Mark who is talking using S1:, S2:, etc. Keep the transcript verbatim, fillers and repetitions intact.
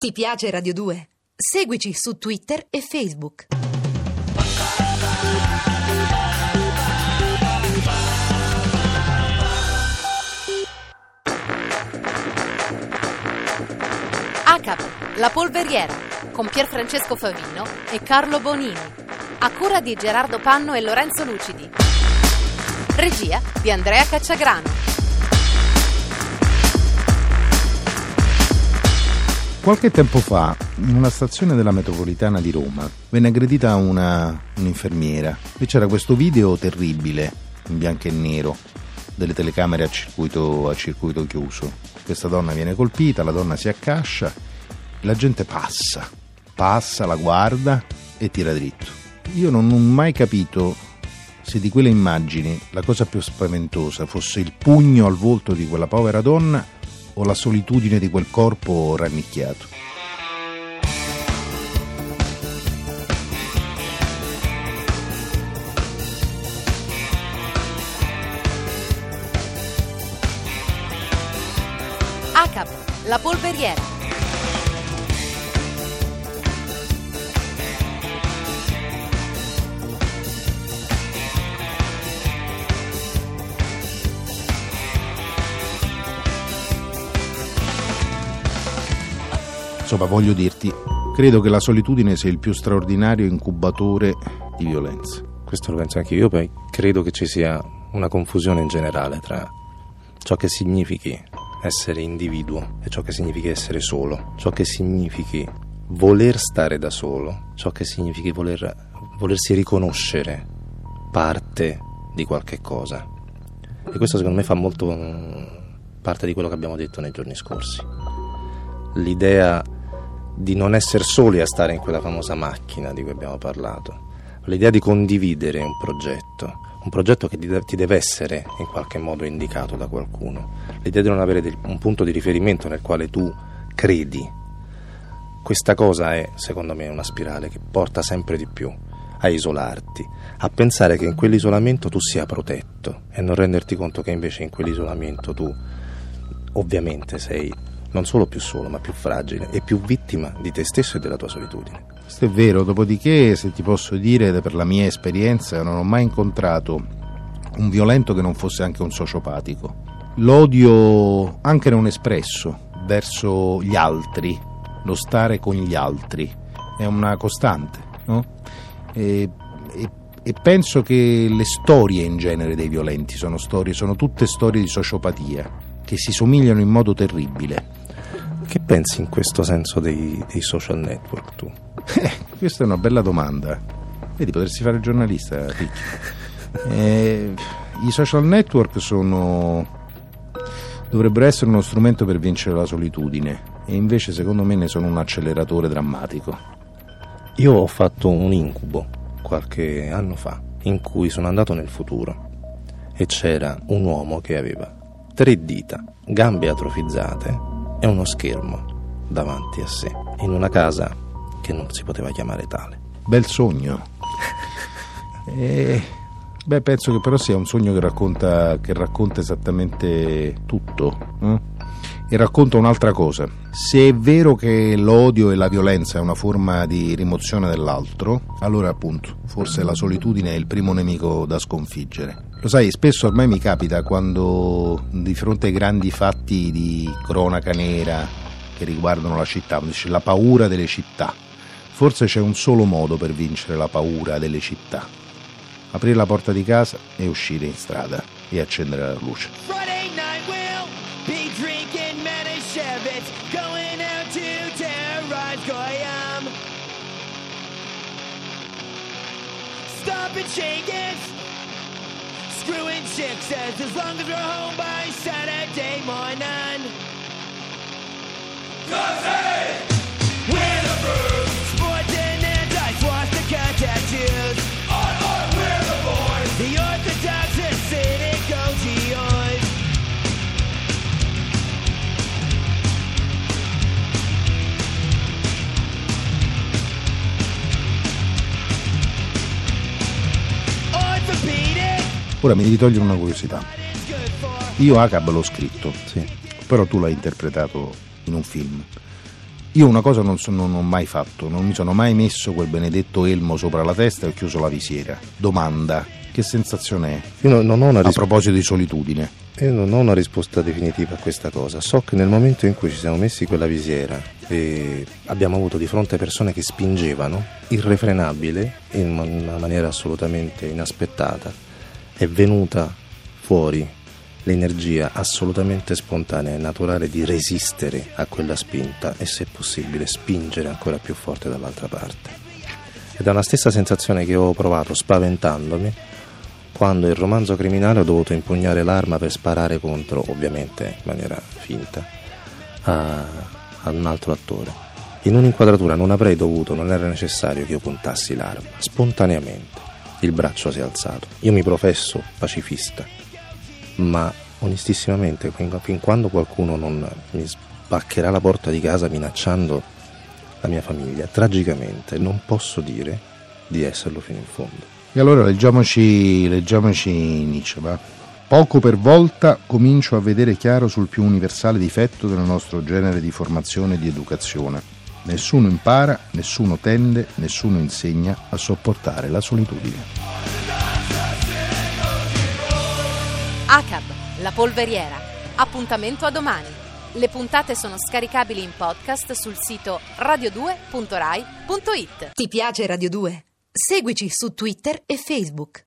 S1: Ti piace Radio due? Seguici su Twitter e Facebook.
S2: A C A P, La Polveriera, con Pierfrancesco Favino e Carlo Bonini. A cura di Gerardo Panno e Lorenzo Lucidi. Regia di Andrea Cacciagrano.
S3: Qualche tempo fa, in una stazione della metropolitana di Roma, venne aggredita una, un'infermiera e c'era questo video terribile, in bianco e nero, delle telecamere a circuito, a circuito chiuso. Questa donna viene colpita, la donna si accascia, la gente passa, passa, la guarda e tira dritto. Io non ho mai capito se di quelle immagini la cosa più spaventosa fosse il pugno al volto di quella povera donna o la solitudine di quel corpo rannicchiato.
S2: A C A P, La Polveriera.
S3: Insomma, voglio dirti, credo che la solitudine sia il più straordinario incubatore di violenza.
S4: Questo lo penso anche io, poi credo che ci sia una confusione in generale tra ciò che significhi essere individuo e ciò che significhi essere solo, ciò che significhi voler stare da solo, ciò che significhi voler, volersi riconoscere parte di qualche cosa. E questo secondo me fa molto parte di quello che abbiamo detto nei giorni scorsi. L'idea di non essere soli a stare in quella famosa macchina di cui abbiamo parlato, l'idea di condividere un progetto, un progetto che ti deve essere in qualche modo indicato da qualcuno, l'idea di non avere un punto di riferimento nel quale tu credi. Questa cosa è, secondo me, una spirale che porta sempre di più a isolarti, a pensare che in quell'isolamento tu sia protetto e non renderti conto che invece in quell'isolamento tu ovviamente sei non solo più solo, ma più fragile e più vittima di te stesso e della tua solitudine.
S3: Questo è vero, dopodiché, se ti posso dire, per la mia esperienza, non ho mai incontrato un violento che non fosse anche un sociopatico. L'odio, anche non espresso, verso gli altri, lo stare con gli altri, è una costante, no? E, e, e penso che le storie in genere dei violenti sono storie, sono tutte storie di sociopatia, che si somigliano in modo terribile.
S4: Che pensi in questo senso dei, dei social network tu?
S3: Eh, questa è una bella domanda. Vedi, potresti fare il giornalista, Ricchi. Eh, I social network sono dovrebbero essere uno strumento per vincere la solitudine e invece secondo me ne sono un acceleratore drammatico.
S4: Io ho fatto un incubo qualche anno fa in cui sono andato nel futuro e c'era un uomo che aveva tre dita, gambe atrofizzate e uno schermo davanti a sé, in una casa che non si poteva chiamare tale.
S3: Bel sogno. e, beh, penso che però sia un sogno che racconta, che racconta esattamente tutto, eh? E racconta un'altra cosa. Se è vero che l'odio e la violenza è una forma di rimozione dell'altro, allora appunto forse la solitudine è il primo nemico da sconfiggere. Lo sai, spesso ormai mi capita quando di fronte ai grandi fatti di cronaca nera che riguardano la città, dice la paura delle città. Forse c'è un solo modo per vincere la paura delle città: aprire la porta di casa e uscire in strada e accendere la luce.
S5: Friday night we'll be drinking Manischewitz, going out to terrorize Goyam. Stopping shaking, screwing chicks as long as we're home by Saturday morning. 'Cause hey, we're the Bruce, sporting and dice, swastika tattoos. Oi, oi, we're the boys, the Orthodox Hasidic O G Os. Orthopedic.
S3: Ora mi devi togliere una curiosità. Io A C A B l'ho scritto,
S4: Sì.
S3: però tu l'hai interpretato in un film. Io una cosa non, so, non ho mai fatto, non mi sono mai messo quel benedetto elmo sopra la testa e ho chiuso la visiera. Domanda, che sensazione è?
S4: Io non, non ho una
S3: A
S4: risposta.
S3: proposito di solitudine.
S4: Io non ho una risposta definitiva a questa cosa. So che nel momento in cui ci siamo messi quella visiera e abbiamo avuto di fronte persone che spingevano, irrefrenabile, in una maniera assolutamente inaspettata, è venuta fuori l'energia assolutamente spontanea e naturale di resistere a quella spinta e, se possibile, spingere ancora più forte dall'altra parte. Ed è una stessa sensazione che ho provato spaventandomi quando in Romanzo Criminale ho dovuto impugnare l'arma per sparare contro, ovviamente in maniera finta, a, a un altro attore. In un'inquadratura non avrei dovuto, non era necessario che io puntassi l'arma. Spontaneamente il braccio si è alzato. Io mi professo pacifista, ma onestissimamente, fin quando qualcuno non mi spaccherà la porta di casa minacciando la mia famiglia, tragicamente non posso dire di esserlo fino in fondo.
S3: E allora leggiamoci, leggiamoci Nietzsche, va? Poco per volta comincio a vedere chiaro sul più universale difetto del nostro genere di formazione e di educazione. Nessuno impara, nessuno tende, nessuno insegna a sopportare la solitudine.
S2: A C A B, la polveriera. Appuntamento a domani. Le puntate sono scaricabili in podcast sul sito radio due punto rai punto it.
S1: Ti piace Radio due? Seguici su Twitter e Facebook.